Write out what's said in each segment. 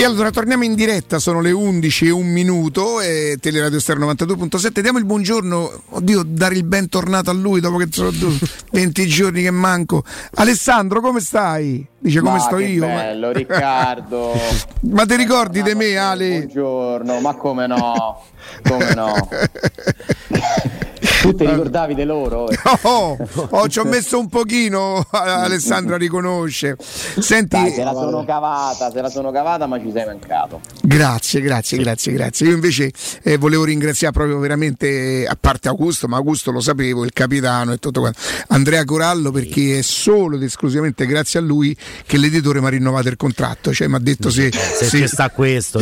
E allora torniamo in diretta, sono le 11:01 e Teleradio Stereo 92.7. Diamo il buongiorno, oddio, dare il bentornato a lui dopo che sono 20 giorni che manco. Alessandro, come stai? Dice come sto io. Bello, Riccardo. Ma ti ricordi di me, Ale? Buongiorno, ma come no? Come no? Tu ti ricordavi di loro? Ci ho messo un pochino, Alessandra riconosce. Senti, dai, se la sono cavata, ma ci sei mancato. Grazie. Io invece volevo ringraziare proprio veramente, a parte Augusto, ma Augusto lo sapevo, il capitano e tutto quanto, Andrea Corallo, perché è solo ed esclusivamente grazie a lui che l'editore mi ha rinnovato il contratto, cioè mi ha detto se ci sta questo.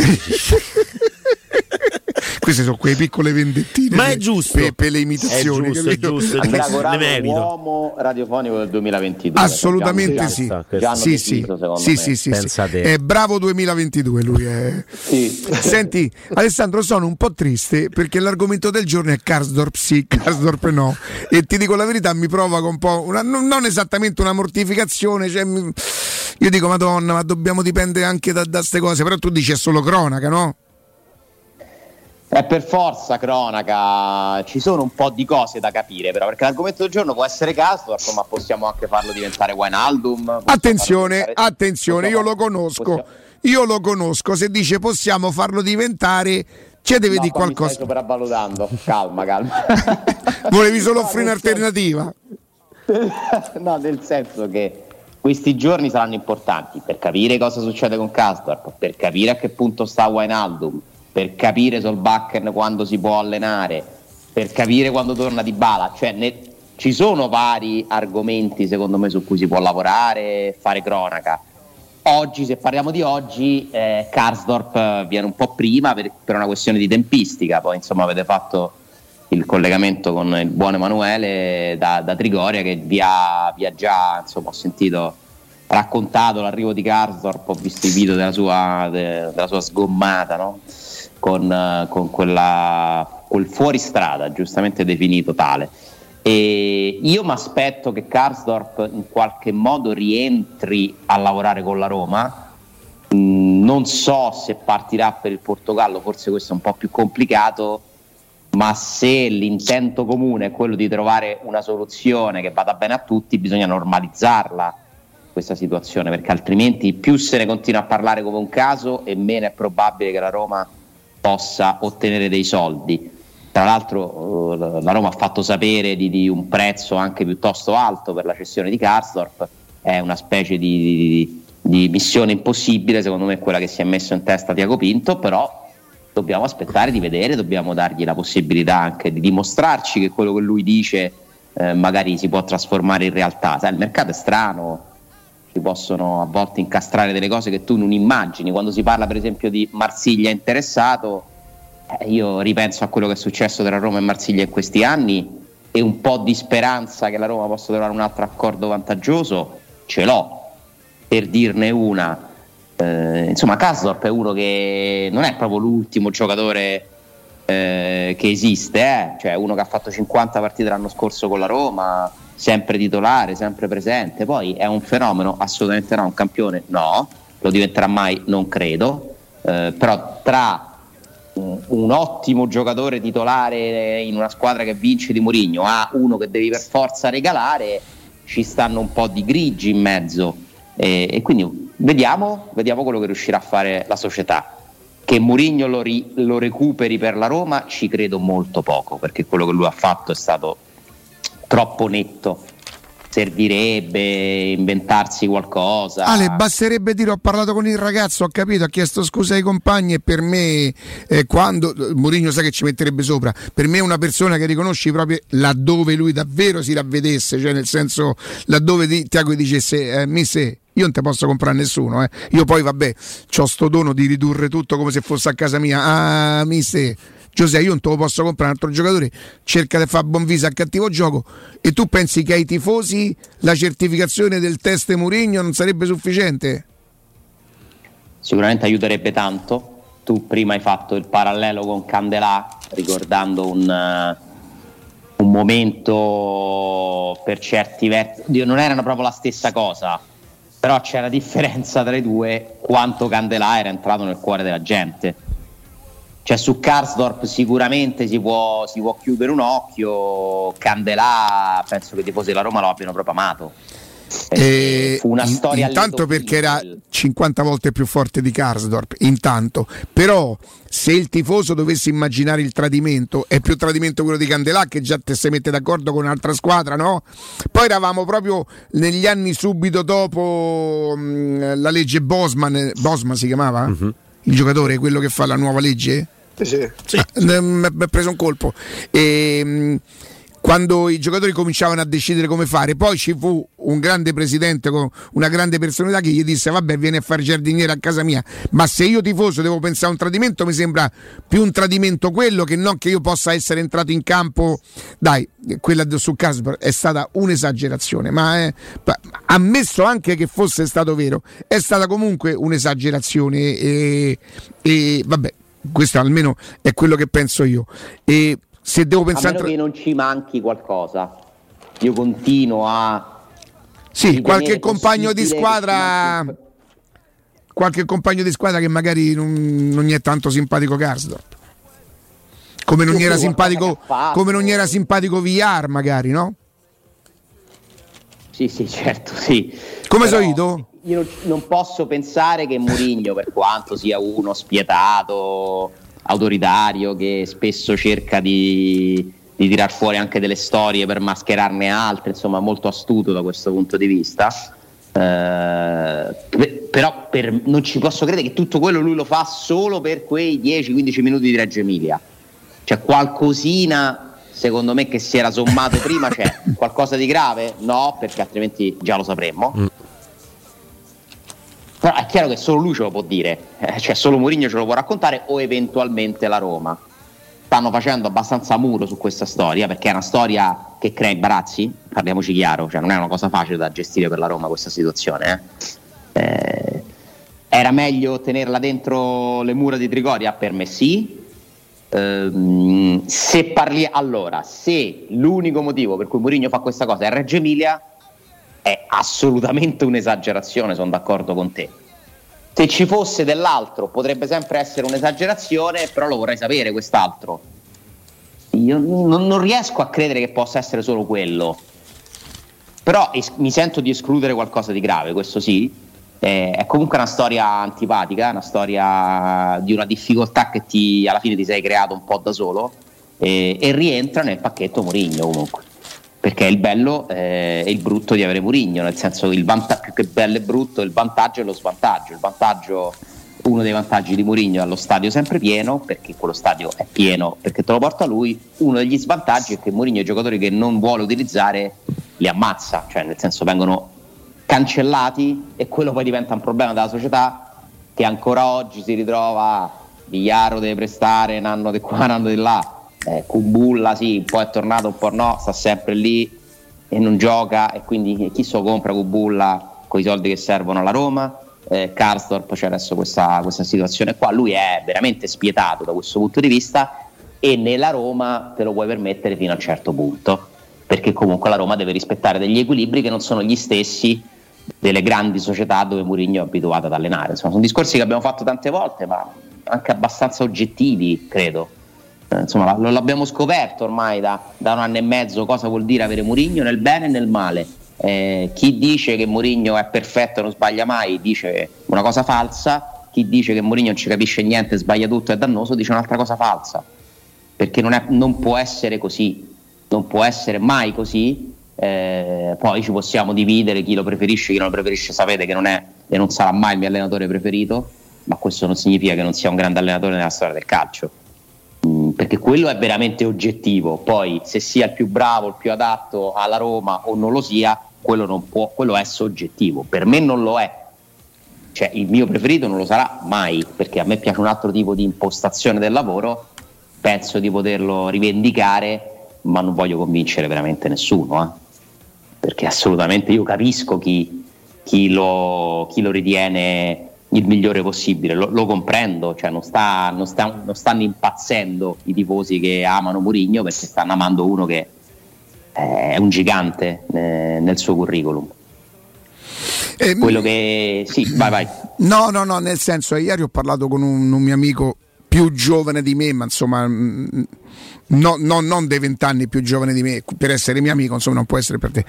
Queste sono quelle piccole vendettine, ma è giusto per le imitazioni. È giusto. Andrea Corallo, uomo radiofonico del 2022. Assolutamente sì. È bravo 2022 lui è. Sì. Senti Alessandro, sono un po' triste perché l'argomento del giorno è Karsdorp sì, Karsdorp no, e ti dico la verità, mi provoca un po' non esattamente una mortificazione, cioè, io dico Madonna, ma dobbiamo dipendere anche da queste cose, però tu dici è solo cronaca, no? È per forza cronaca, ci sono un po' di cose da capire però, perché l'argomento del giorno può essere Karsdorp, ma possiamo anche farlo diventare Wijnaldum. Attenzione, io lo conosco, se dice possiamo farlo diventare, ci deve dire qualcosa. Mi stai sopravvalutando, calma. Volevi solo offrire un'alternativa? No, nel senso che questi giorni saranno importanti per capire cosa succede con Karsdorp, per capire a che punto sta Wijnaldum, per capire Solbakken quando si può allenare, per capire quando torna Dybala, cioè ci sono vari argomenti secondo me su cui si può lavorare, fare cronaca. Oggi, se parliamo di oggi, Karsdorp viene un po' prima per una questione di tempistica, poi insomma avete fatto il collegamento con il buon Emanuele da Trigoria che vi ha già, insomma, ho sentito raccontato l'arrivo di Karsdorp, ho visto i video della sua sgommata, no? Con quel fuoristrada giustamente definito tale, e io mi aspetto che Karsdorp in qualche modo rientri a lavorare con la Roma. Non so se partirà per il Portogallo, forse questo è un po' più complicato, ma se l'intento comune è quello di trovare una soluzione che vada bene a tutti, bisogna normalizzarla questa situazione, perché altrimenti più se ne continua a parlare come un caso e meno è probabile che la Roma possa ottenere dei soldi. Tra l'altro la Roma ha fatto sapere di un prezzo anche piuttosto alto per la cessione di Karsdorp, è una specie di missione impossibile secondo me quella che si è messo in testa Tiago Pinto, però dobbiamo aspettare di vedere, dobbiamo dargli la possibilità anche di dimostrarci che quello che lui dice magari si può trasformare in realtà. Sai, il mercato è strano, si possono a volte incastrare delle cose che tu non immagini. Quando si parla per esempio di Marsiglia interessato, io ripenso a quello che è successo tra Roma e Marsiglia in questi anni e un po' di speranza che la Roma possa trovare un altro accordo vantaggioso ce l'ho, per dirne una. Insomma, Karsdorp è uno che non è proprio l'ultimo giocatore che esiste, cioè uno che ha fatto 50 partite l'anno scorso con la Roma, sempre titolare, sempre presente. Poi è un fenomeno? Assolutamente no. Un campione? No. Lo diventerà mai? Non credo. Però tra un ottimo giocatore titolare in una squadra che vince di Mourinho a uno che devi per forza regalare, ci stanno un po' di grigi in mezzo, e quindi vediamo quello che riuscirà a fare la società. Che Mourinho lo recuperi per la Roma ci credo molto poco, perché quello che lui ha fatto è stato troppo netto. Servirebbe inventarsi qualcosa. Ale, basterebbe dire: ho parlato con il ragazzo, ho capito, ha chiesto scusa ai compagni, e per me quando Mourinho sa che ci metterebbe sopra, per me è una persona che riconosci proprio laddove lui davvero si ravvedesse, cioè nel senso laddove Tiago dicesse io non te posso comprare nessuno, io poi vabbè c'ho sto dono di ridurre tutto come se fosse a casa mia, Giuseppe, io non te lo posso comprare un altro giocatore, cerca di fare buon viso a cattivo gioco. E tu pensi che ai tifosi la certificazione del test Mourinho non sarebbe sufficiente? Sicuramente aiuterebbe tanto. Tu prima hai fatto il parallelo con Candelà, ricordando un momento per certi versi, non erano proprio la stessa cosa, Però c'è la differenza tra i due, quanto Candelà era entrato nel cuore della gente. Cioè su Karsdorp sicuramente si può chiudere un occhio, Candelà penso che i tifosi della Roma lo abbiano proprio amato. Fu una storia intanto perché era 50 volte più forte di Karsdorp, intanto. Però se il tifoso dovesse immaginare il tradimento, è più tradimento quello di Candelà, che già te si mette d'accordo con un'altra squadra, no? Poi eravamo proprio negli anni subito dopo la legge Bosman si chiamava? Uh-huh. Il giocatore, quello che fa la nuova legge? Sì. Mi ha preso un colpo. Quando i giocatori cominciavano a decidere come fare, poi ci fu un grande presidente con una grande personalità che gli disse: vabbè, vieni a fare giardiniere a casa mia. Ma se io tifoso devo pensare a un tradimento, mi sembra più un tradimento quello, che non che io possa essere entrato in campo. Dai, quella su Kasper è stata un'esagerazione, ma ammesso anche che fosse stato vero, è stata comunque un'esagerazione e vabbè, questo almeno è quello che penso io. E se devo pensare, a meno che non ci manchi qualcosa, io continuo a qualche compagno di squadra che magari non gli è tanto simpatico Karsdorp, come non gli era simpatico Villar magari, no? Sì, certo, sì. Come solito? Io non posso pensare che Mourinho, per quanto sia uno spietato, autoritario, che spesso cerca di tirar fuori anche delle storie per mascherarne altre, insomma molto astuto da questo punto di vista, però non ci posso credere che tutto quello lui lo fa solo per quei 10-15 minuti di Reggio Emilia. Cioè qualcosina secondo me che si era sommato prima c'è. Qualcosa di grave? No, perché altrimenti già lo sapremmo. Però è chiaro che solo lui ce lo può dire, cioè solo Mourinho ce lo può raccontare, o eventualmente la Roma. Stanno facendo abbastanza muro su questa storia, perché è una storia che crea imbarazzi, parliamoci chiaro, cioè non è una cosa facile da gestire per la Roma questa situazione. Era meglio tenerla dentro le mura di Trigoria? Per me sì. Se l'unico motivo per cui Mourinho fa questa cosa è Reggio Emilia, è assolutamente un'esagerazione, sono d'accordo con te. Se ci fosse dell'altro potrebbe sempre essere un'esagerazione, però lo vorrei sapere quest'altro. Io non riesco a credere che possa essere solo quello, però mi sento di escludere qualcosa di grave, questo sì. È comunque una storia antipatica, una storia di una difficoltà che alla fine ti sei creato un po' da solo, e rientra nel pacchetto Mourinho comunque. Perché il bello e il brutto di avere Mourinho, nel senso più che bello e brutto, il vantaggio e lo svantaggio. Il vantaggio, uno dei vantaggi di Mourinho è lo stadio sempre pieno, perché quello stadio è pieno perché te lo porta lui. Uno degli svantaggi è che Mourinho i giocatori che non vuole utilizzare li ammazza, cioè nel senso vengono cancellati, e quello poi diventa un problema della società, che ancora oggi si ritrova Vigliaro deve prestare un anno di qua, un anno di là. Kumbulla sì, un po' è tornato, un po' no, sta sempre lì e non gioca, e quindi chi so compra Kumbulla con i soldi che servono alla Roma. Karsdorp, c'è adesso questa situazione qua, lui è veramente spietato da questo punto di vista, e nella Roma te lo puoi permettere fino a un certo punto, perché comunque la Roma deve rispettare degli equilibri che non sono gli stessi delle grandi società dove Mourinho è abituato ad allenare. Insomma, sono discorsi che abbiamo fatto tante volte, ma anche abbastanza oggettivi, credo. Insomma, lo abbiamo scoperto ormai da un anno e mezzo cosa vuol dire avere Mourinho, nel bene e nel male. Chi dice che Mourinho è perfetto e non sbaglia mai dice una cosa falsa, chi dice che Mourinho non ci capisce niente, sbaglia tutto, è dannoso, dice un'altra cosa falsa, perché non può essere così, non può essere mai così. Poi ci possiamo dividere chi lo preferisce, chi non lo preferisce, sapete che non è e non sarà mai il mio allenatore preferito, ma questo non significa che non sia un grande allenatore nella storia del calcio, perché quello è veramente oggettivo. Poi se sia il più bravo, il più adatto alla Roma o non lo sia, quello non può, quello è soggettivo. Per me non lo è, cioè il mio preferito non lo sarà mai, perché a me piace un altro tipo di impostazione del lavoro, penso di poterlo rivendicare, ma non voglio convincere veramente nessuno, perché assolutamente io capisco chi lo ritiene il migliore possibile, lo comprendo, cioè non stanno impazzendo i tifosi che amano Mourinho, perché stanno amando uno che è un gigante nel suo curriculum. quello che sì, vai. No, nel senso, ieri ho parlato con un mio amico più giovane di me, ma insomma non dei 20 anni più giovane di me, per essere mio amico, insomma non può essere per te.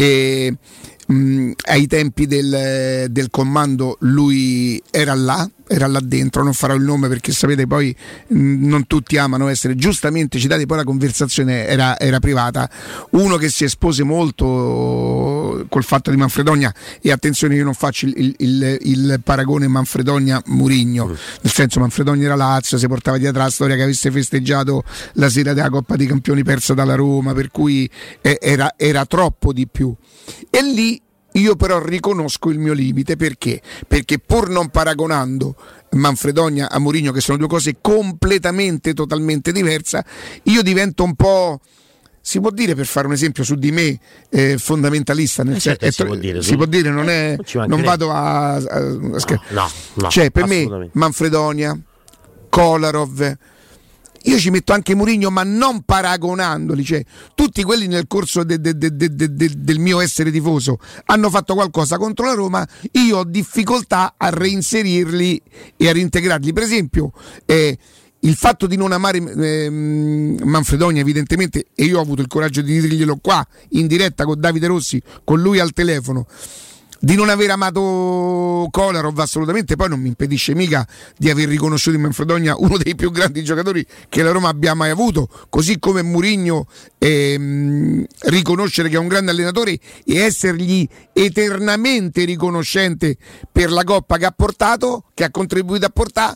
Ai tempi del comando lui era là dentro, non farò il nome perché sapete poi non tutti amano essere giustamente citati, poi la conversazione era privata. Uno che si espose molto col fatto di Manfredonia, e attenzione, io non faccio il paragone Manfredonia-Mourinho, nel senso Manfredonia era Lazio, si portava dietro la storia che avesse festeggiato la sera della Coppa dei Campioni persa dalla Roma, per cui era troppo di più. E lì io però riconosco il mio limite, perché pur non paragonando Manfredonia a Mourinho, che sono due cose completamente, totalmente diverse, io divento un po', si può dire, per fare un esempio su di me, fondamentalista, nel senso, si può dire, non vado a no, cioè per me Manfredonia, Kolarov, io ci metto anche Mourinho, ma non paragonandoli, cioè tutti quelli nel corso del mio essere tifoso hanno fatto qualcosa contro la Roma, io ho difficoltà a reinserirli e a reintegrarli. Per esempio il fatto di non amare Manfredonia, evidentemente, e io ho avuto il coraggio di dirglielo qua in diretta con Davide Rossi, con lui al telefono, di non aver amato Kolarov assolutamente, poi non mi impedisce mica di aver riconosciuto in Manfredonia uno dei più grandi giocatori che la Roma abbia mai avuto, così come Mourinho, riconoscere che è un grande allenatore e essergli eternamente riconoscente per la Coppa che ha portato, che ha contribuito a portare.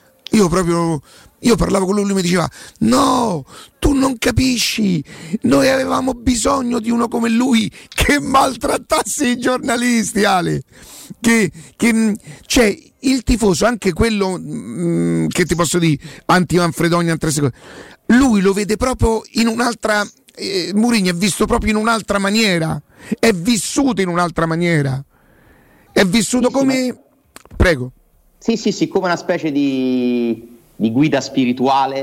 Io parlavo con lui mi diceva: no, tu non capisci, noi avevamo bisogno di uno come lui che maltrattasse i giornalisti, Ale, che cioè il tifoso, anche quello che ti posso dire anti-Manfredonia, lui lo vede proprio in un'altra, Mourinho è visto proprio in un'altra maniera, è vissuto in un'altra maniera, è vissuto come, prego. Sì, come una specie di guida spirituale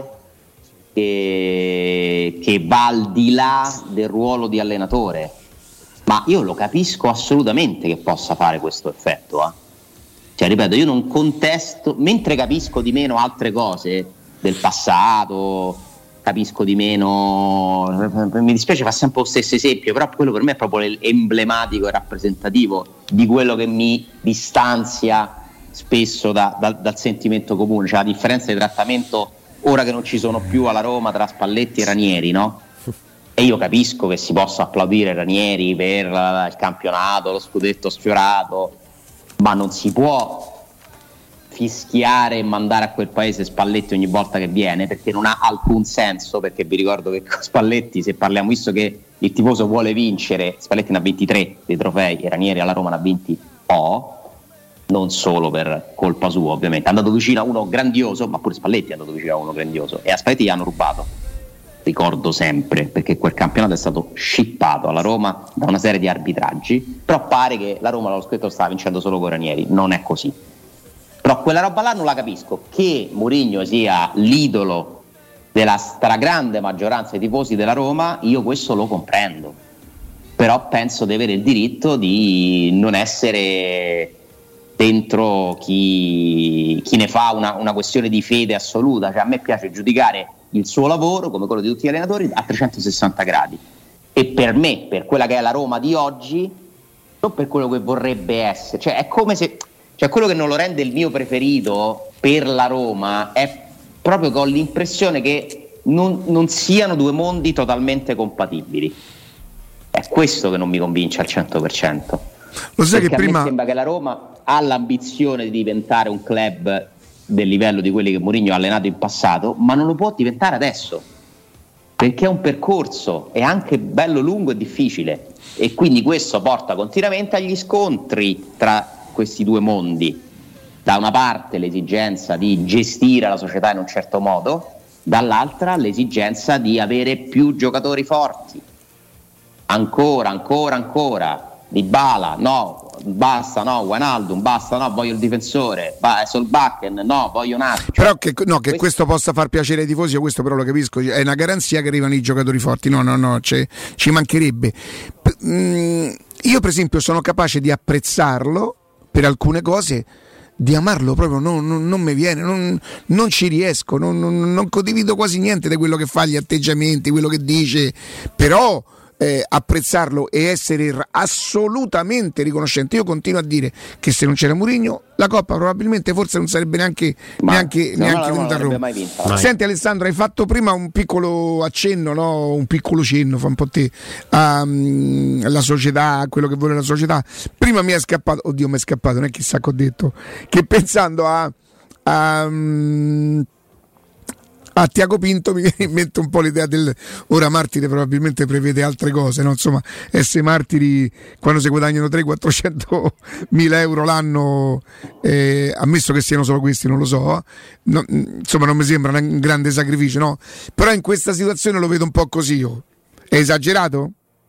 che va al di là del ruolo di allenatore. Ma io lo capisco assolutamente che possa fare questo effetto. Cioè, ripeto, io non contesto, mentre capisco di meno altre cose del passato, capisco di meno, mi dispiace fa sempre lo stesso esempio, però quello per me è proprio emblematico e rappresentativo di quello che mi distanzia spesso dal sentimento comune, cioè la differenza di trattamento ora che non ci sono più alla Roma tra Spalletti e Ranieri, no? E io capisco che si possa applaudire Ranieri per il campionato, lo scudetto sfiorato, ma non si può fischiare e mandare a quel paese Spalletti ogni volta che viene, perché non ha alcun senso, perché vi ricordo che con Spalletti, se parliamo, visto che il tifoso vuole vincere, Spalletti ne ha 23 dei trofei e Ranieri alla Roma ne ha 20 non solo per colpa sua, ovviamente, è andato vicino a uno grandioso, ma pure Spalletti è andato vicino a uno grandioso e a Spalletti gli hanno rubato, ricordo sempre, perché quel campionato è stato scippato alla Roma da una serie di arbitraggi, però pare che la Roma, l'ho scritto, stava vincendo solo con Ranieri, non è così. Però quella roba là non la capisco, che Mourinho sia l'idolo della stragrande maggioranza dei tifosi della Roma, io questo lo comprendo, però penso di avere il diritto di non essere dentro chi ne fa una questione di fede assoluta. Cioè, a me piace giudicare il suo lavoro, come quello di tutti gli allenatori, a 360 gradi, e per me, per quella che è la Roma di oggi, non per quello che vorrebbe essere, cioè è come se, cioè, quello che non lo rende il mio preferito per la Roma è proprio che ho l'impressione che non siano due mondi totalmente compatibili. È questo che non mi convince al 100%. Lo sai, perché che prima a me sembra che la Roma ha l'ambizione di diventare un club del livello di quelli che Mourinho ha allenato in passato, ma non lo può diventare adesso, perché è un percorso, è anche bello lungo e difficile, e quindi questo porta continuamente agli scontri tra questi due mondi. Da una parte l'esigenza di gestire la società in un certo modo, dall'altra l'esigenza di avere più giocatori forti. Ancora Dybala, no, basta, no, Wijnaldum, basta, no, voglio il difensore, Solbakken, no, voglio un altro. Però che questo possa far piacere ai tifosi, io questo però lo capisco, è una garanzia che arrivano i giocatori forti, no, ci mancherebbe. io per esempio sono capace di apprezzarlo per alcune cose, di amarlo proprio non mi viene, non ci riesco, non condivido quasi niente di quello che fa, gli atteggiamenti, quello che dice, però apprezzarlo e essere assolutamente riconoscente. Io continuo a dire che se non c'era Mourinho la Coppa probabilmente forse non sarebbe neanche venuta a Roma. Mai vinta. Senti Alessandro, hai fatto prima un piccolo accenno, no? Un piccolo cenno, fa un po' te, alla società, a quello che vuole la società. Prima mi è scappato, non è chissà che ho detto, che pensando a Tiago Pinto mi viene in mente un po' l'idea del ora Martire probabilmente prevede altre cose, no? Insomma, essere martiri quando si guadagnano 300-400 mila euro l'anno, ammesso che siano solo questi, non lo so, insomma non mi sembra un grande sacrificio, no? Però in questa situazione lo vedo un po' così io. È esagerato?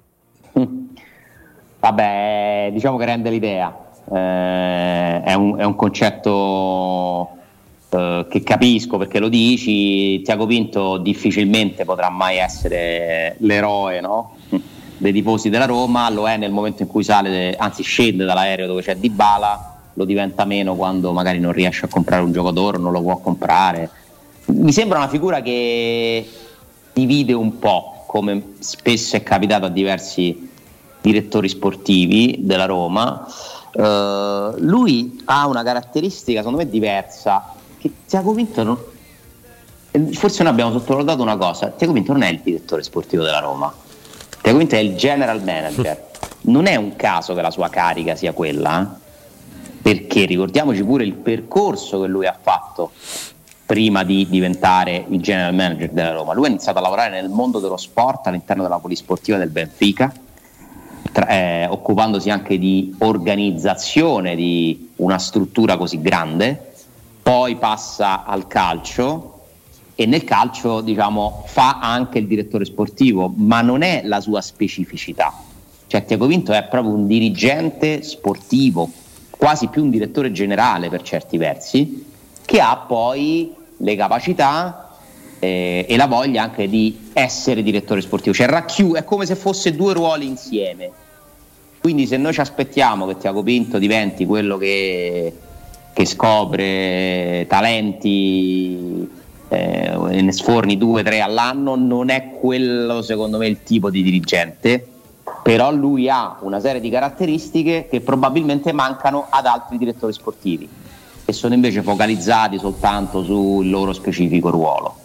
Vabbè, diciamo che rende l'idea, è un concetto che capisco perché lo dici. Tiago Pinto difficilmente potrà mai essere l'eroe, no? Dei tifosi della Roma, lo è nel momento in cui scende dall'aereo dove c'è Dybala, lo diventa meno quando magari non riesce a comprare un giocatore, non lo può comprare. Mi sembra una figura che divide un po', come spesso è capitato a diversi direttori sportivi della Roma. Lui ha una caratteristica secondo me diversa, che Tiago Pinto forse noi abbiamo sottovalutato una cosa: Tiago Pinto non è il direttore sportivo della Roma, Tiago Pinto è il general manager. Non è un caso che la sua carica sia quella, perché ricordiamoci pure il percorso che lui ha fatto prima di diventare il general manager della Roma. Lui ha iniziato a lavorare nel mondo dello sport all'interno della polisportiva del Benfica, occupandosi anche di organizzazione di una struttura così grande. Poi passa al calcio e nel calcio, diciamo, fa anche il direttore sportivo, ma non è la sua specificità. Cioè Tiago Pinto è proprio un dirigente sportivo, quasi più un direttore generale per certi versi, che ha poi le capacità e la voglia anche di essere direttore sportivo. Cioè è come se fosse due ruoli insieme. Quindi se noi ci aspettiamo che Tiago Pinto diventi quello che scopre talenti e ne sforni 2-3 all'anno, non è quello secondo me il tipo di dirigente. Però lui ha una serie di caratteristiche che probabilmente mancano ad altri direttori sportivi, che sono invece focalizzati soltanto sul loro specifico ruolo.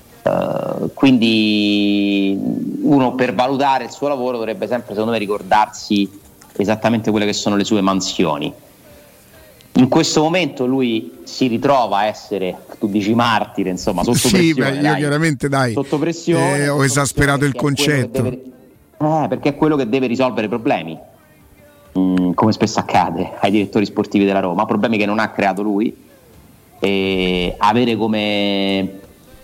Quindi uno, per valutare il suo lavoro, dovrebbe sempre secondo me ricordarsi esattamente quelle che sono le sue mansioni. In questo momento lui si ritrova a essere, tu dici martire, insomma, sotto pressione. Io chiaramente sotto pressione, ho esasperato il concetto. Perché è quello che deve risolvere i problemi, come spesso accade ai direttori sportivi della Roma, problemi che non ha creato lui. E avere come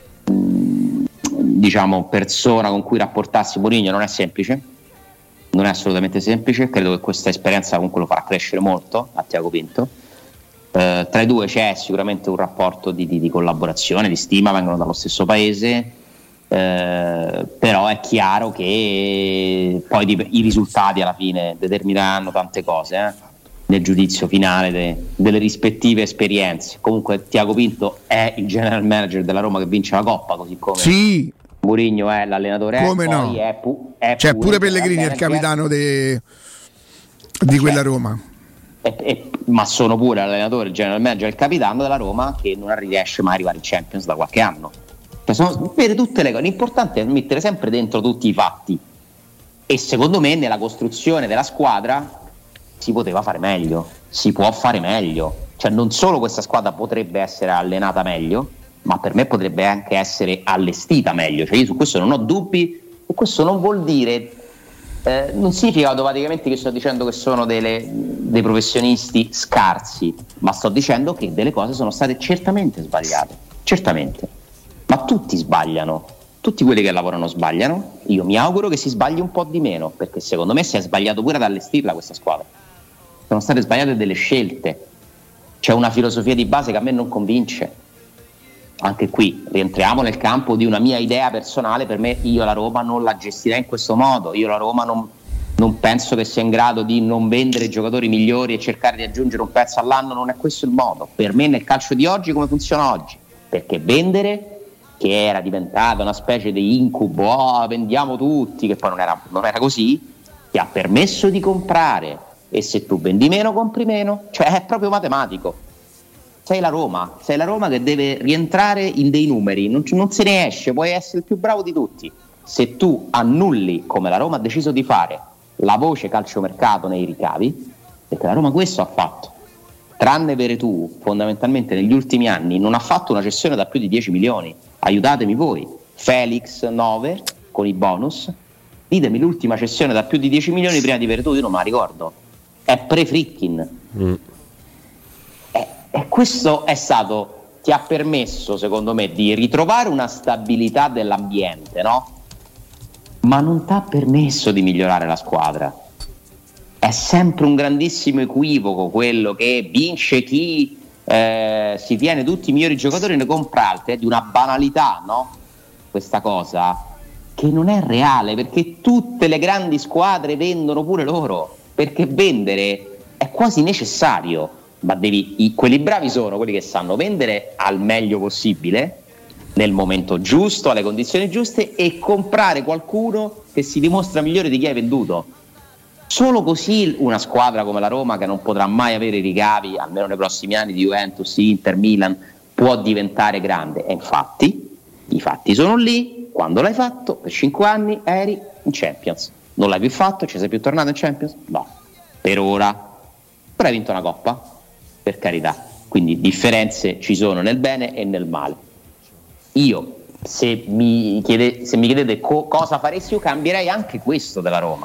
diciamo persona con cui rapportarsi Mourinho non è semplice, non è assolutamente semplice. Credo che questa esperienza comunque lo farà crescere molto a Tiago Pinto. Tra i due c'è sicuramente un rapporto di collaborazione, di stima, vengono dallo stesso paese, però è chiaro che poi i risultati alla fine determineranno tante cose nel giudizio finale delle rispettive esperienze. Comunque Tiago Pinto è il general manager della Roma che vince la Coppa, così come Mourinho è l'allenatore. Come no? C'è pure Pellegrini, il capitano di quella Roma. Ma sono pure l'allenatore, il general manager, il capitano della Roma, che non riesce mai a arrivare in Champions da qualche anno. Cioè per tutte le cose, l'importante è mettere sempre dentro tutti i fatti, e secondo me nella costruzione della squadra si poteva fare meglio, si può fare meglio. Cioè non solo questa squadra potrebbe essere allenata meglio, ma per me potrebbe anche essere allestita meglio. Cioè io su questo non ho dubbi, e questo non vuol dire non significa automaticamente che sto dicendo che sono dei professionisti scarsi, ma sto dicendo che delle cose sono state certamente sbagliate, certamente, ma tutti sbagliano, tutti quelli che lavorano sbagliano. Io mi auguro che si sbagli un po' di meno, perché secondo me si è sbagliato pure ad allestirla questa squadra, sono state sbagliate delle scelte, c'è una filosofia di base che a me non convince. Anche qui rientriamo nel campo di una mia idea personale. Per me, io la Roma non la gestirei in questo modo, io la Roma non penso che sia in grado di non vendere giocatori migliori e cercare di aggiungere un pezzo all'anno. Non è questo il modo per me nel calcio di oggi, come funziona oggi, perché vendere, che era diventata una specie di incubo, vendiamo tutti, che poi non era così, ti ha permesso di comprare, e se tu vendi meno compri meno, cioè è proprio matematico. Sei la Roma che deve rientrare in dei numeri, non se ne esce, puoi essere il più bravo di tutti. Se tu annulli, come la Roma ha deciso di fare, la voce calciomercato nei ricavi, perché la Roma questo ha fatto, tranne Veretù, fondamentalmente negli ultimi anni non ha fatto una cessione da più di 10 milioni, aiutatemi voi, Felix 9 con i bonus, ditemi l'ultima cessione da più di 10 milioni prima di Veretù, io non me la ricordo, è pre-Frickin. E questo è stato, ti ha permesso secondo me di ritrovare una stabilità dell'ambiente, no? Ma non ti ha permesso di migliorare la squadra. È sempre un grandissimo equivoco quello che vince chi si tiene tutti i migliori giocatori e ne compra altri, è di una banalità, no? Questa cosa che non è reale, perché tutte le grandi squadre vendono pure loro, perché vendere è quasi necessario, ma quelli bravi sono quelli che sanno vendere al meglio possibile, nel momento giusto, alle condizioni giuste, e comprare qualcuno che si dimostra migliore di chi hai venduto. Solo così una squadra come la Roma, che non potrà mai avere i ricavi, almeno nei prossimi anni, di Juventus, Inter, Milan, può diventare grande. E infatti i fatti sono lì. Quando l'hai fatto per 5 anni eri in Champions, non l'hai più fatto, ci sei più tornato in Champions? No, per ora. Però hai vinto una coppa, per carità, quindi differenze ci sono nel bene e nel male. Io, se mi chiedete cosa faresti, io cambierei anche questo della Roma.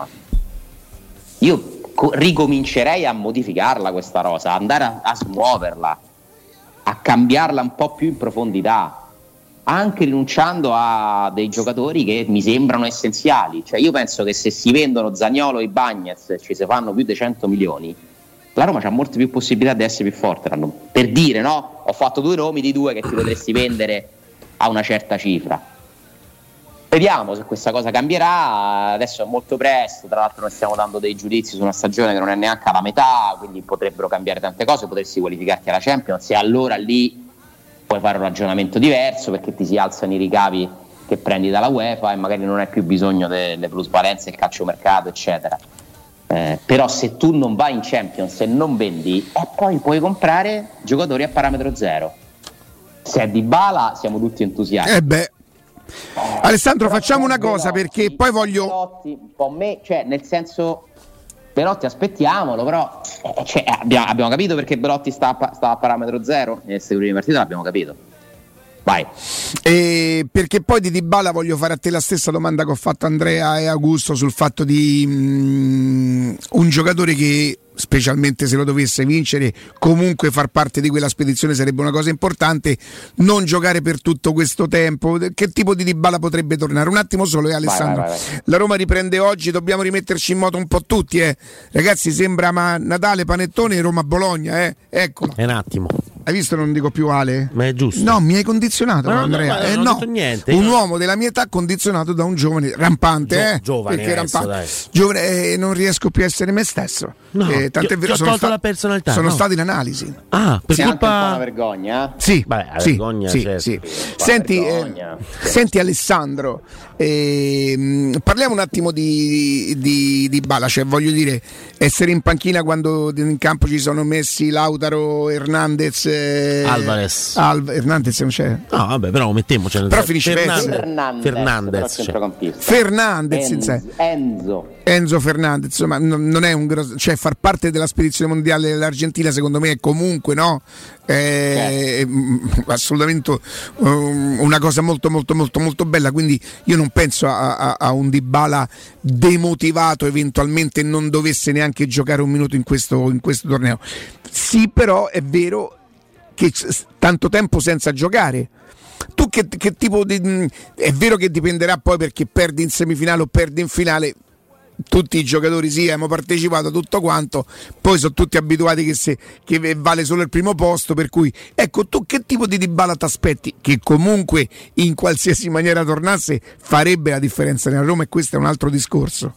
Io ricomincerei a modificarla questa rosa, andare a smuoverla, a cambiarla un po' più in profondità, anche rinunciando a dei giocatori che mi sembrano essenziali. Cioè io penso che se si vendono Zaniolo e Bagnez, ci si fanno più di 100 milioni, la Roma ha molte più possibilità di essere più forte. Per dire, no? Ho fatto 2 nomi di 2 che ti potresti vendere a una certa cifra. Vediamo se questa cosa cambierà. Adesso è molto presto, tra l'altro noi stiamo dando dei giudizi su una stagione che non è neanche alla metà, quindi potrebbero cambiare tante cose, potresti qualificarti alla Champions, e allora lì puoi fare un ragionamento diverso, perché ti si alzano i ricavi che prendi dalla UEFA e magari non hai più bisogno delle plusvalenze, il calciomercato, eccetera. Però se tu non vai in Champions e non vendi, poi puoi comprare giocatori a parametro zero. Se è Dybala siamo tutti entusiasti. Alessandro, facciamo una cosa, perché poi voglio Belotti, un po' cioè nel senso, Belotti aspettiamolo, però abbiamo capito perché Belotti sta a parametro zero nelle prime partite, l'abbiamo capito. Vai. Perché poi di Dybala voglio fare a te la stessa domanda che ho fatto a Andrea e Augusto sul fatto di un giocatore che, specialmente se lo dovesse vincere, comunque far parte di quella spedizione sarebbe una cosa importante, non giocare per tutto questo tempo. Che tipo di Dybala potrebbe tornare? Un attimo solo, Alessandro. Vai. La Roma riprende oggi, dobbiamo rimetterci in moto un po' tutti, ragazzi, sembra Natale, panettone e Roma-Bologna, eccola. È un attimo. Hai visto, non dico più Ale? Ma è giusto. No, mi hai condizionato, Andrea. Non ho detto niente. Un uomo della mia età condizionato da un giovane rampante, giovane perché adesso, rampante. Giovane, non riesco più a essere me stesso. No, tant'è vero, ho tolto la personalità. Sono stato in analisi. Ah, per Anche un po' una colpa. vergogna. Sì, Beh, sì, vergogna, sì, certo. sì. Senti Alessandro, parliamo un attimo di Dybala, cioè voglio dire, essere in panchina quando in campo ci sono messi Lautaro, Hernandez, Alvarez. Hernandez non c'è? No, vabbè, però mettiamo. Però finisce Fernandez, Enzo Fernandez, insomma, non è un grosso, cioè far parte della spedizione mondiale dell'Argentina secondo me è comunque, no? Assolutamente una cosa molto molto molto molto bella, quindi io non penso a un Dybala demotivato eventualmente non dovesse neanche giocare un minuto in questo torneo. Sì, però è vero che tanto tempo senza giocare. Tu che tipo di... È vero che dipenderà poi, perché perdi in semifinale o perdi in finale, tutti i giocatori sì, abbiamo partecipato a tutto quanto, poi sono tutti abituati che vale solo il primo posto, per cui ecco, tu che tipo di Dybala ti aspetti, che comunque in qualsiasi maniera tornasse farebbe la differenza nella Roma, e questo è un altro discorso.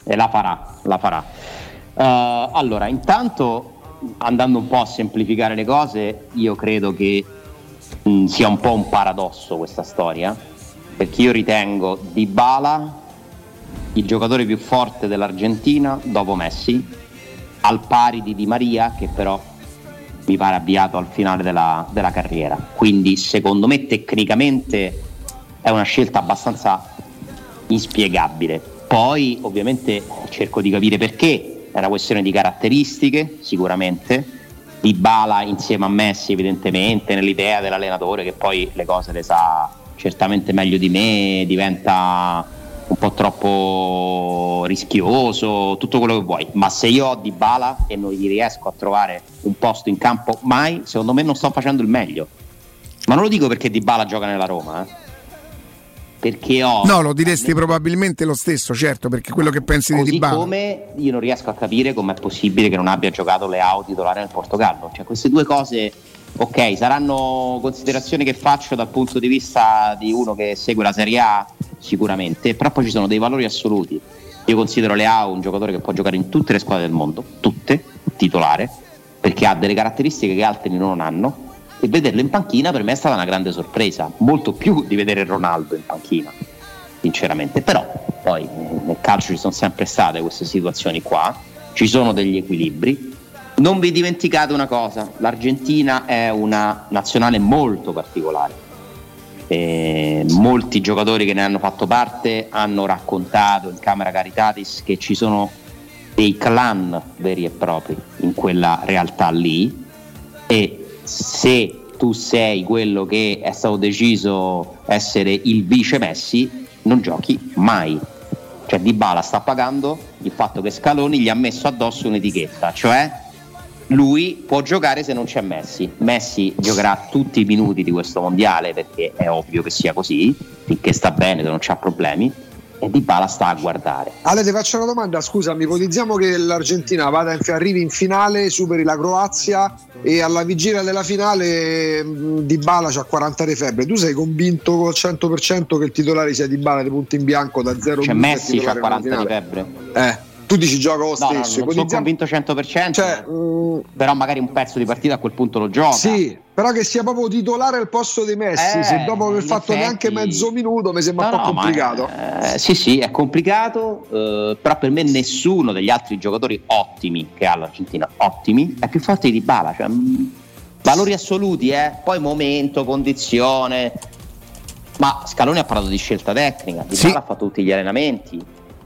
e la farà. Allora, intanto, andando un po' a semplificare le cose, io credo che sia un po' un paradosso questa storia, perché io ritengo Dybala il giocatore più forte dell'Argentina dopo Messi, al pari di Di Maria, che però mi pare avviato al finale della carriera. Quindi secondo me tecnicamente è una scelta abbastanza inspiegabile. Poi ovviamente cerco di capire perché, è una questione di caratteristiche sicuramente. Dybala insieme a Messi evidentemente, nell'idea dell'allenatore che poi le cose le sa certamente meglio di me, diventa un po' troppo rischioso, tutto quello che vuoi, ma se io ho Dybala e non gli riesco a trovare un posto in campo mai, secondo me non sto facendo il meglio. Ma non lo dico perché Dybala gioca nella Roma, perché no, lo diresti probabilmente lo stesso, certo, perché quello che pensi di Dybala. Come io non riesco a capire com'è possibile che non abbia giocato Leao titolare nel Portogallo. Cioè, queste due cose, ok, saranno considerazioni che faccio dal punto di vista di uno che segue la Serie A sicuramente, però poi ci sono dei valori assoluti. Io considero Leao un giocatore che può giocare in tutte le squadre del mondo, tutte, titolare, perché ha delle caratteristiche che altri non hanno, e vederlo in panchina per me è stata una grande sorpresa, molto più di vedere Ronaldo in panchina, sinceramente. Però poi nel calcio ci sono sempre state queste situazioni qua, ci sono degli equilibri. Non vi dimenticate una cosa, l'Argentina è una nazionale molto particolare. Molti giocatori che ne hanno fatto parte hanno raccontato in Camera Caritatis che ci sono dei clan veri e propri in quella realtà lì, e se tu sei quello che è stato deciso essere il vice Messi non giochi mai. Cioè Dybala sta pagando il fatto che Scaloni gli ha messo addosso un'etichetta, cioè lui può giocare se non c'è Messi. Messi giocherà tutti i minuti di questo mondiale, perché è ovvio che sia così, finché sta bene, se non c'ha problemi, e Dybala sta a guardare. Ale, ti faccio una domanda, scusami, ipotizziamo che l'Argentina arrivi in finale, superi la Croazia e alla vigilia della finale Dybala c'ha 40 di febbre. Tu sei convinto col 100% che il titolare sia Dybala di punto in bianco da 0 cioè Messi c'ha 40 di febbre? Tu dici gioca lo stesso. No, non sono convinto 100%, cioè, però magari un pezzo di partita a quel punto lo gioca. Sì, però che sia proprio titolare al posto di Messi, se dopo aver fatto neanche mezzo minuto mi sembra un po' complicato. Sì, è complicato, però per me nessuno degli altri giocatori ottimi che ha l'Argentina, ottimi, è più forte di Dybala, cioè, valori assoluti, poi momento, condizione. Ma Scaloni ha parlato di scelta tecnica, Dybala ha fatto tutti gli allenamenti.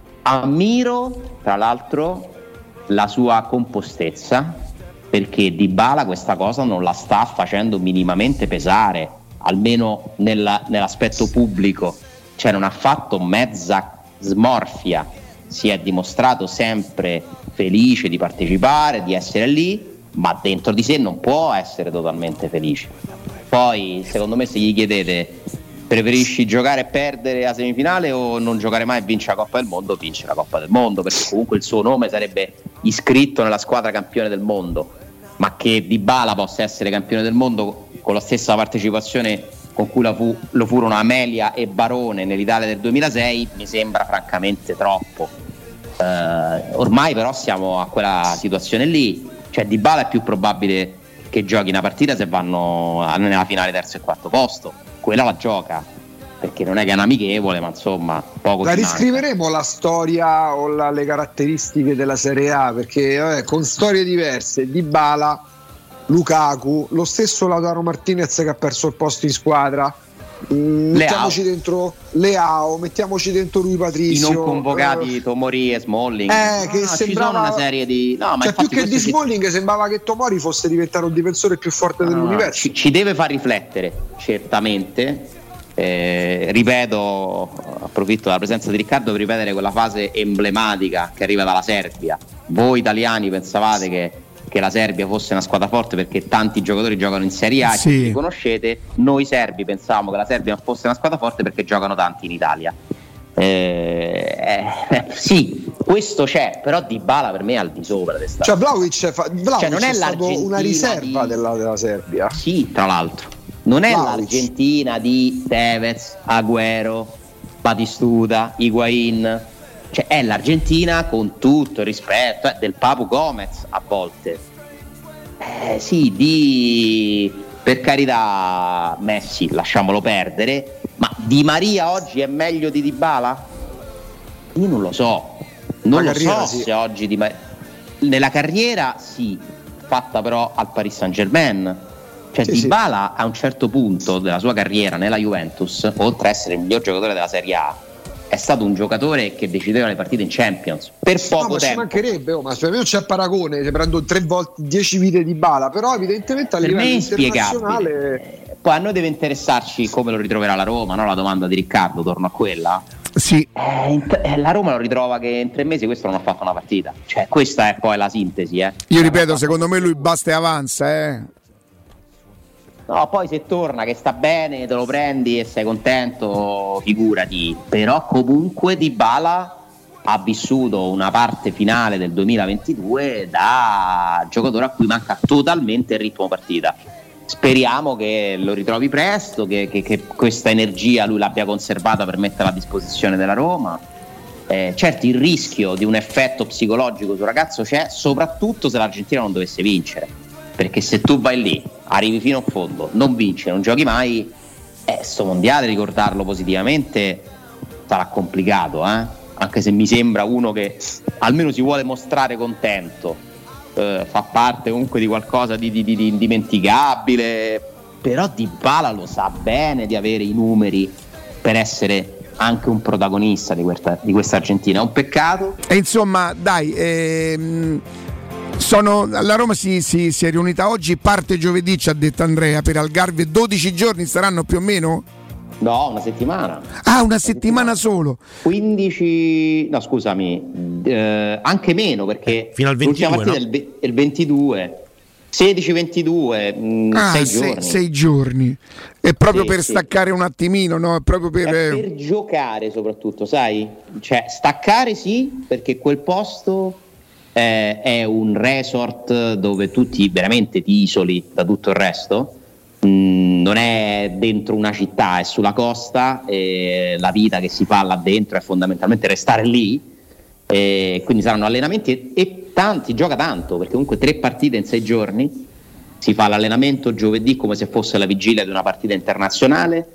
Ammiro tra l'altro la sua compostezza, perché Dybala questa cosa non la sta facendo minimamente pesare, almeno nell'aspetto pubblico, cioè non ha fatto mezza smorfia, si è dimostrato sempre felice di partecipare, di essere lì, ma dentro di sé non può essere totalmente felice. Poi secondo me se gli chiedete preferisci giocare e perdere a semifinale o non giocare mai e vincere la Coppa del Mondo, vince la Coppa del Mondo, perché comunque il suo nome sarebbe iscritto nella squadra campione del mondo. Ma che Dybala possa essere campione del mondo con la stessa partecipazione con cui lo furono Amelia e Barone nell'Italia del 2006 mi sembra francamente troppo. Ormai però siamo a quella situazione lì, cioè Dybala è più probabile che giochi una partita se vanno nella finale terzo e quarto posto, quella la gioca, perché non è che è un amichevole, ma insomma poco la riscriveremo manca. La storia o le caratteristiche della Serie A, perché con storie diverse, Dybala, Lukaku, lo stesso Lautaro Martinez che ha perso il posto in squadra, mettiamoci dentro Leao, mettiamoci dentro Rui Patricio, i non convocati Tomori e Smalling, che sembrava, ci sono una serie di cioè più che di Smalling sembrava che Tomori fosse diventato un difensore più forte dell'universo. Ci deve far riflettere certamente. Ripeto, approfitto della presenza di Riccardo per ripetere quella fase emblematica che arriva dalla Serbia. Voi italiani pensavate che la Serbia fosse una squadra forte perché tanti giocatori giocano in Serie A e li conoscete. Noi serbi pensavamo che la Serbia fosse una squadra forte perché giocano tanti in Italia. Sì, questo c'è, però Dybala per me è al di sopra. Cioè Vlahovic non è stato una riserva della Serbia. Sì, tra l'altro non è l'Argentina di Tevez, Agüero, Batistuta, Higuain, Cioè è l'Argentina, con tutto il rispetto, del Papu Gomez a volte. Sì, per carità Messi, lasciamolo perdere, ma Di Maria oggi è meglio di Dybala? Io non lo so. Non lo so se oggi Di Maria... Nella carriera sì, fatta però al Paris Saint-Germain. Cioè Dybala a un certo punto della sua carriera nella Juventus, oltre a essere il miglior giocatore della Serie A, è stato un giocatore che decideva le partite in Champions per poco tempo. Ci mancherebbe, ma secondo me non c'è paragone, se prendo 3 volte 10 vite di Bala, però evidentemente a per livello me è internazionale. Poi a noi deve interessarci come lo ritroverà la Roma, no? La domanda di Riccardo, torno a quella. Sì. La Roma lo ritrova che in 3 mesi questo non ha fatto una partita, cioè questa è poi la sintesi. Io ripeto, secondo me lui basta e avanza. No, poi se torna che sta bene, te lo prendi e sei contento, figurati. Però comunque Dybala ha vissuto una parte finale del 2022 da giocatore a cui manca totalmente il ritmo partita. Speriamo che lo ritrovi presto, che questa energia lui l'abbia conservata per metterla a disposizione della Roma. Certo, il rischio di un effetto psicologico sul ragazzo c'è, soprattutto se l'Argentina non dovesse vincere. Perché se tu vai lì, arrivi fino in fondo, non vinci, non giochi mai, sto mondiale ricordarlo positivamente sarà complicato, anche se mi sembra uno che almeno si vuole mostrare contento, fa parte comunque di qualcosa di indimenticabile, però Dybala lo sa bene di avere i numeri per essere anche un protagonista di questa Argentina. È un peccato. E insomma, dai, la Roma si è riunita oggi, parte giovedì, ci ha detto Andrea, per Algarve. 12 giorni saranno più o meno? No, una settimana. Una settimana solo. 15, no scusami, anche meno, perché fino al 22, l'ultima partita è il 22, 16-22, 6 giorni. 6 giorni. È proprio per staccare un attimino, no? È proprio per giocare soprattutto, sai? Cioè staccare sì, perché quel posto è un resort dove tu veramente ti isoli da tutto il resto, non è dentro una città, è sulla costa, la vita che si fa là dentro è fondamentalmente restare lì, quindi saranno allenamenti e tanti, gioca tanto, perché comunque 3 partite in 6 giorni, si fa l'allenamento giovedì come se fosse la vigilia di una partita internazionale,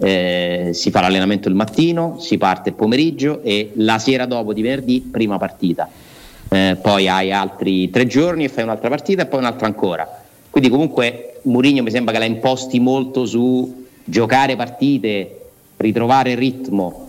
si fa l'allenamento il mattino, si parte il pomeriggio e la sera dopo di venerdì prima partita. Poi hai altri 3 giorni e fai un'altra partita e poi un'altra ancora. Quindi comunque Mourinho mi sembra che la imposti molto su giocare partite, ritrovare il ritmo,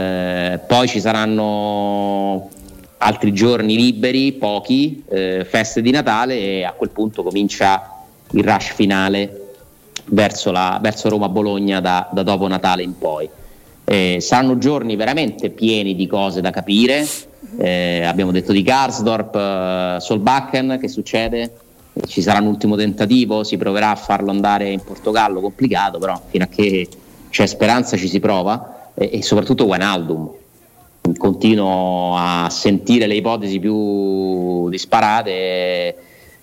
poi ci saranno altri giorni liberi, pochi, feste di Natale, e a quel punto comincia il rush finale verso Roma-Bologna da dopo Natale in poi. Saranno giorni veramente pieni di cose da capire. Abbiamo detto di Karsdorp, Solbakken, che succede? Ci sarà un ultimo tentativo, si proverà a farlo andare in Portogallo, complicato, però fino a che c'è speranza ci si prova, e soprattutto Wijnaldum. Continuo a sentire le ipotesi più disparate,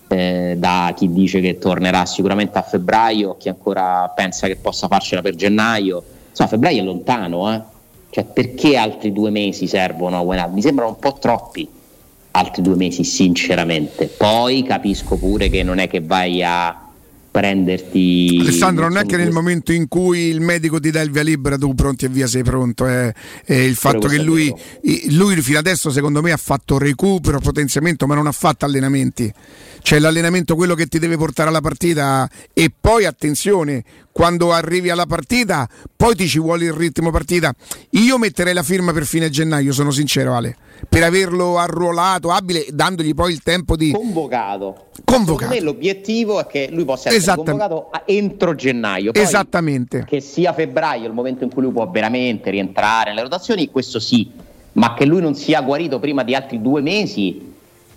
da chi dice che tornerà sicuramente a febbraio, chi ancora pensa che possa farcela per gennaio. Insomma, febbraio è lontano, Cioè, perché altri 2 mesi servono a Wijnaldum? Mi sembrano un po' troppi altri 2 mesi, sinceramente. Poi capisco pure che non è che vai a prenderti, Alessandro, non è che nel momento in cui il medico ti dà il via libera tu pronti e via sei pronto, è il fatto che lui fino adesso secondo me ha fatto recupero, potenziamento, ma non ha fatto allenamenti. C'è l'allenamento, quello che ti deve portare alla partita, e poi attenzione, quando arrivi alla partita poi ti ci vuole il ritmo partita. Io metterei la firma per fine gennaio, sono sincero, Ale, per averlo arruolato, abile, dandogli poi il tempo di convocato. Secondo me l'obiettivo è che lui possa essere convocato entro gennaio. Poi, esattamente. Che sia febbraio il momento in cui lui può veramente rientrare nelle rotazioni, questo sì, ma che lui non sia guarito prima di altri 2 mesi,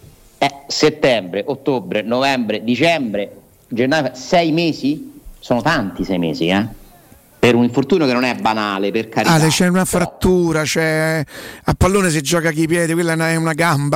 settembre, ottobre, novembre, dicembre, gennaio, 6 mesi? Sono tanti 6 mesi, per un infortunio che non è banale, per carità. C'è una frattura, c'è a pallone si gioca chi i piedi, quella è una gamba,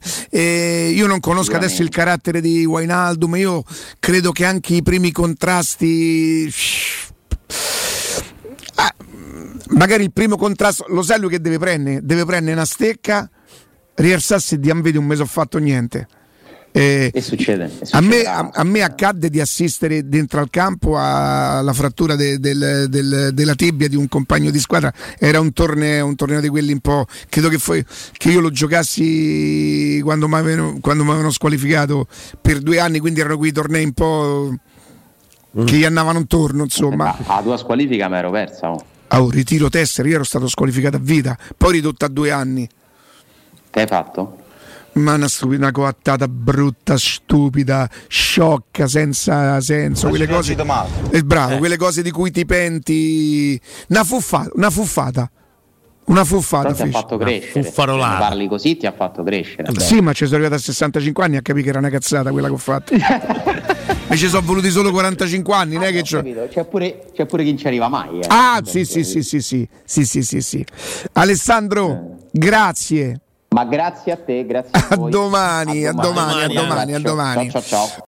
io non conosco adesso il carattere di Wijnaldum, io credo che anche i primi contrasti magari il primo contrasto, lo sai lui che deve prendere? Deve prendere una stecca, rialzarsi e di vedi un mese ho fatto niente. E succede. A me accadde di assistere dentro al campo alla frattura della tibia di un compagno di squadra. Era un torneo di quelli un po'. Credo che io lo giocassi quando mi avevano squalificato per 2 anni, quindi erano quei tornei un po' che gli andavano intorno, insomma. La tua squalifica mi ero persa. Ritiro tessera, io ero stato squalificato a vita, poi ridotto a 2 anni. Che hai fatto? Ma una coattata brutta, stupida, sciocca, senza senso, quelle cose. Bravo, quelle cose di cui ti penti. Una fuffata. Però ti ha fatto crescere. Se parli così ti ha fatto crescere. Sì, ma ci sono arrivato a 65 anni a capire che era una cazzata quella che ho fatto. Mi ci sono voluti solo 45 anni, non è che c'è pure chi non ci arriva mai. Sì. Alessandro, grazie. Ma grazie a te, grazie a voi. A domani. Ciao.